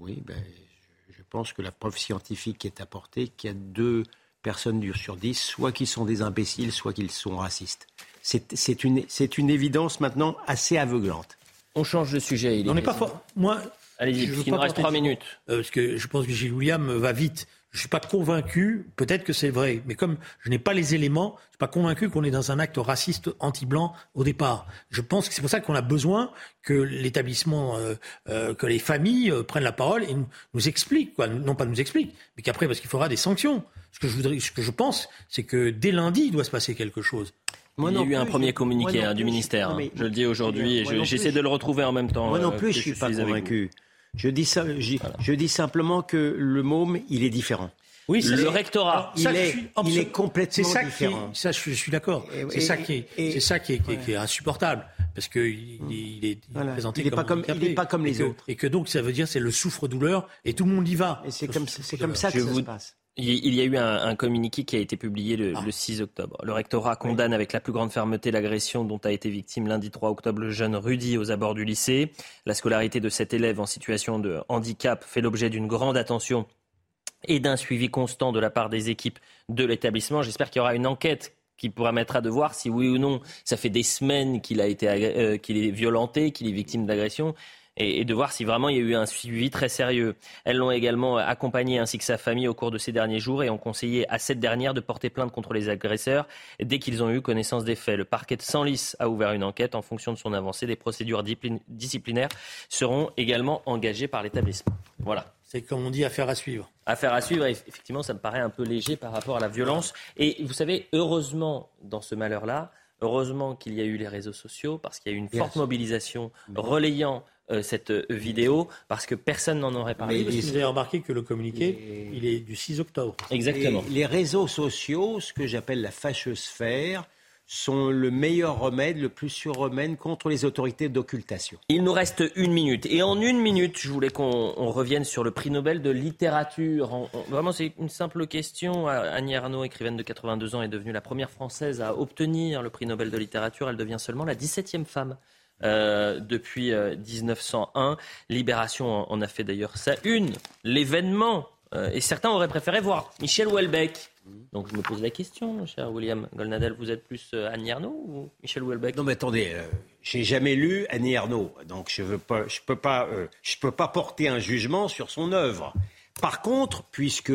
Je pense que la preuve scientifique est apportée qu'il y a 2 personnes sur 10, soit qui sont des imbéciles, soit qu'ils sont racistes. C'est une évidence maintenant assez aveuglante. On change de sujet. On n'est pas fort. Moi, allez-y, il nous reste 3 minutes. Parce que je pense que Gilles William va vite. Je ne suis pas convaincu, peut-être que c'est vrai, mais comme je n'ai pas les éléments, je ne suis pas convaincu qu'on est dans un acte raciste anti-blanc au départ. Je pense que c'est pour ça qu'on a besoin que l'établissement, que les familles prennent la parole et nous expliquent, non pas nous expliquent, mais qu'après, parce qu'il faudra des sanctions. Ce que je pense, c'est que dès lundi, il doit se passer quelque chose. Il y a eu un premier communiqué du ministère, je le dis aujourd'hui, et j'essaie de le retrouver en même temps. Moi non plus, je ne suis pas convaincu. Je dis simplement que le môme, il est différent. Oui, le rectorat, il est complètement différent. Ça, je suis d'accord. C'est ça qui est insupportable, parce que il est présenté comme handicapé. Il n'est pas comme les autres. Et que donc, ça veut dire c'est le souffre-douleur, et tout le monde y va. Et c'est comme ça que ça se passe. Il y a eu un communiqué qui a été publié le 6 octobre. Le rectorat condamne avec la plus grande fermeté l'agression dont a été victime lundi 3 octobre le jeune Rudy aux abords du lycée. La scolarité de cet élève en situation de handicap fait l'objet d'une grande attention et d'un suivi constant de la part des équipes de l'établissement. J'espère qu'il y aura une enquête qui permettra de voir si oui ou non, ça fait des semaines qu'il est violenté, qu'il est victime d'agression. Et de voir si vraiment il y a eu un suivi très sérieux. Elles l'ont également accompagné ainsi que sa famille au cours de ces derniers jours et ont conseillé à cette dernière de porter plainte contre les agresseurs dès qu'ils ont eu connaissance des faits. Le parquet de Senlis a ouvert une enquête en fonction de son avancée. Des procédures disciplinaires seront également engagées par l'établissement. Voilà. C'est comme on dit, affaire à suivre. Affaire à suivre, effectivement, ça me paraît un peu léger par rapport à la violence. Et vous savez, heureusement, dans ce malheur-là, heureusement qu'il y a eu les réseaux sociaux parce qu'il y a eu une forte mobilisation relayant cette vidéo, parce que personne n'en aurait parlé. Vous avez remarqué que le communiqué, il est du 6 octobre. Exactement. Les réseaux sociaux, ce que j'appelle la fâchosphère, sont le meilleur remède, le plus sûr remède contre les autorités d'occultation. Il nous reste 1 minute. Et en 1 minute, je voulais qu'on revienne sur le prix Nobel de littérature. Vraiment, c'est une simple question. Annie Ernaux, écrivaine de 82 ans, est devenue la première Française à obtenir le prix Nobel de littérature. Elle devient seulement la 17e femme. Depuis 1901. Libération en a fait d'ailleurs sa une, l'événement. Et certains auraient préféré voir Michel Houellebecq. Donc je me pose la question, cher William Goldnadel, vous êtes plus Annie Ernaux ou Michel Houellebecq ? Non mais attendez, j'ai jamais lu Annie Ernaux, donc je peux pas porter un jugement sur son œuvre. Par contre, puisque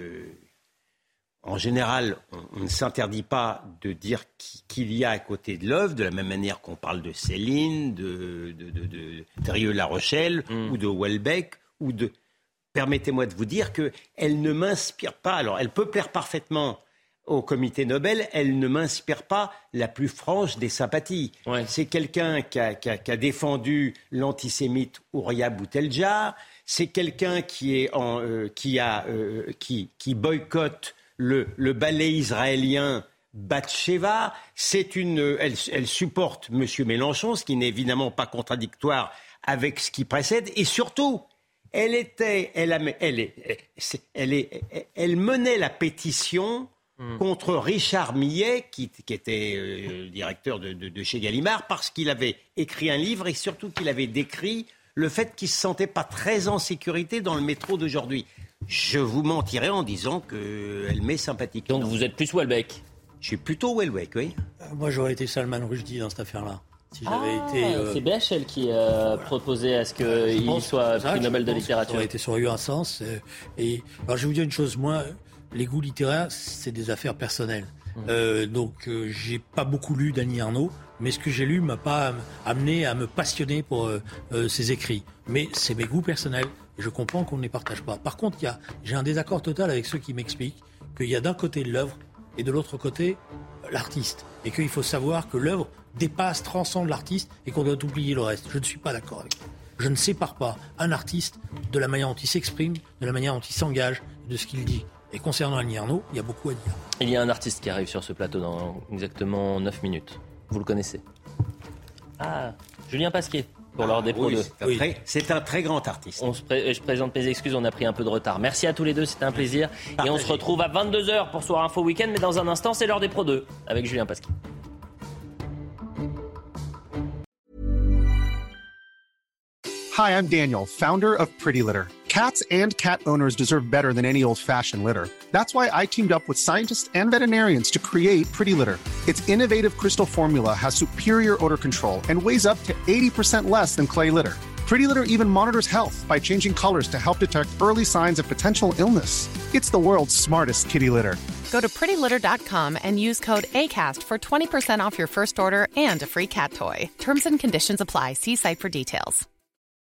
en général, on ne s'interdit pas de dire qu'il y a à côté de l'œuvre, de la même manière qu'on parle de Céline, de Drieux-La Rochelle, ou de Houellebecq, ou de... Permettez-moi de vous dire qu'elle ne m'inspire pas. Alors, elle peut plaire parfaitement au comité Nobel, elle ne m'inspire pas la plus franche des sympathies. Ouais. C'est quelqu'un qui a défendu l'antisémite Ouria Boutelja, c'est quelqu'un qui boycotte le ballet israélien Batsheva, elle supporte M. Mélenchon, ce qui n'est évidemment pas contradictoire avec ce qui précède, et surtout, elle menait la pétition contre Richard Millet, qui était directeur de chez Gallimard, parce qu'il avait écrit un livre et surtout qu'il avait décrit le fait qu'il ne se sentait pas très en sécurité dans le métro d'aujourd'hui. Je vous mentirais en disant qu'elle m'est sympathique. Donc vous êtes plus Houellebecq? Je suis plutôt Houellebecq, oui. Moi, j'aurais été Salman Rushdie dans cette affaire-là. Si j'avais été, c'est BHL qui proposait à ce qu'il soit prix Nobel de littérature. Ça aurait été sur eu un sens. Alors, je vais vous dire une chose, moi, les goûts littéraires, c'est des affaires personnelles. Donc, j'ai pas beaucoup lu d'Annie Ernaux, mais ce que j'ai lu m'a pas amené à me passionner pour ses écrits. Mais c'est mes goûts personnels. Et je comprends qu'on ne les partage pas. Par contre, j'ai un désaccord total avec ceux qui m'expliquent qu'il y a d'un côté l'œuvre et de l'autre côté l'artiste. Et qu'il faut savoir que l'œuvre dépasse, transcende l'artiste et qu'on doit oublier le reste. Je ne suis pas d'accord avec ça. Je ne sépare pas un artiste de la manière dont il s'exprime, de la manière dont il s'engage, de ce qu'il dit. Et concernant Annie Ernaux, il y a beaucoup à dire. Il y a un artiste qui arrive sur ce plateau dans exactement 9 minutes. Vous le connaissez? Julien Pasquier, pour l'heure des Pro 2. C'est un très grand artiste. Je présente mes excuses, on a pris un peu de retard. Merci à tous les deux, c'était un plaisir. Partagez. Et on se retrouve à 22h pour Soir Info Week-end, mais dans un instant, c'est l'heure des Pro 2 avec Julien Pasquier. Hi, I'm Daniel, founder of Pretty Litter. Cats and cat owners deserve better than any old-fashioned litter. That's why I teamed up with scientists and veterinarians to create Pretty Litter. Its innovative crystal formula has superior odor control and weighs up to 80% less than clay litter. Pretty Litter even monitors health by changing colors to help detect early signs of potential illness. It's the world's smartest kitty litter. Go to prettylitter.com and use code ACAST for 20% off your first order and a free cat toy. Terms and conditions apply. See site for details.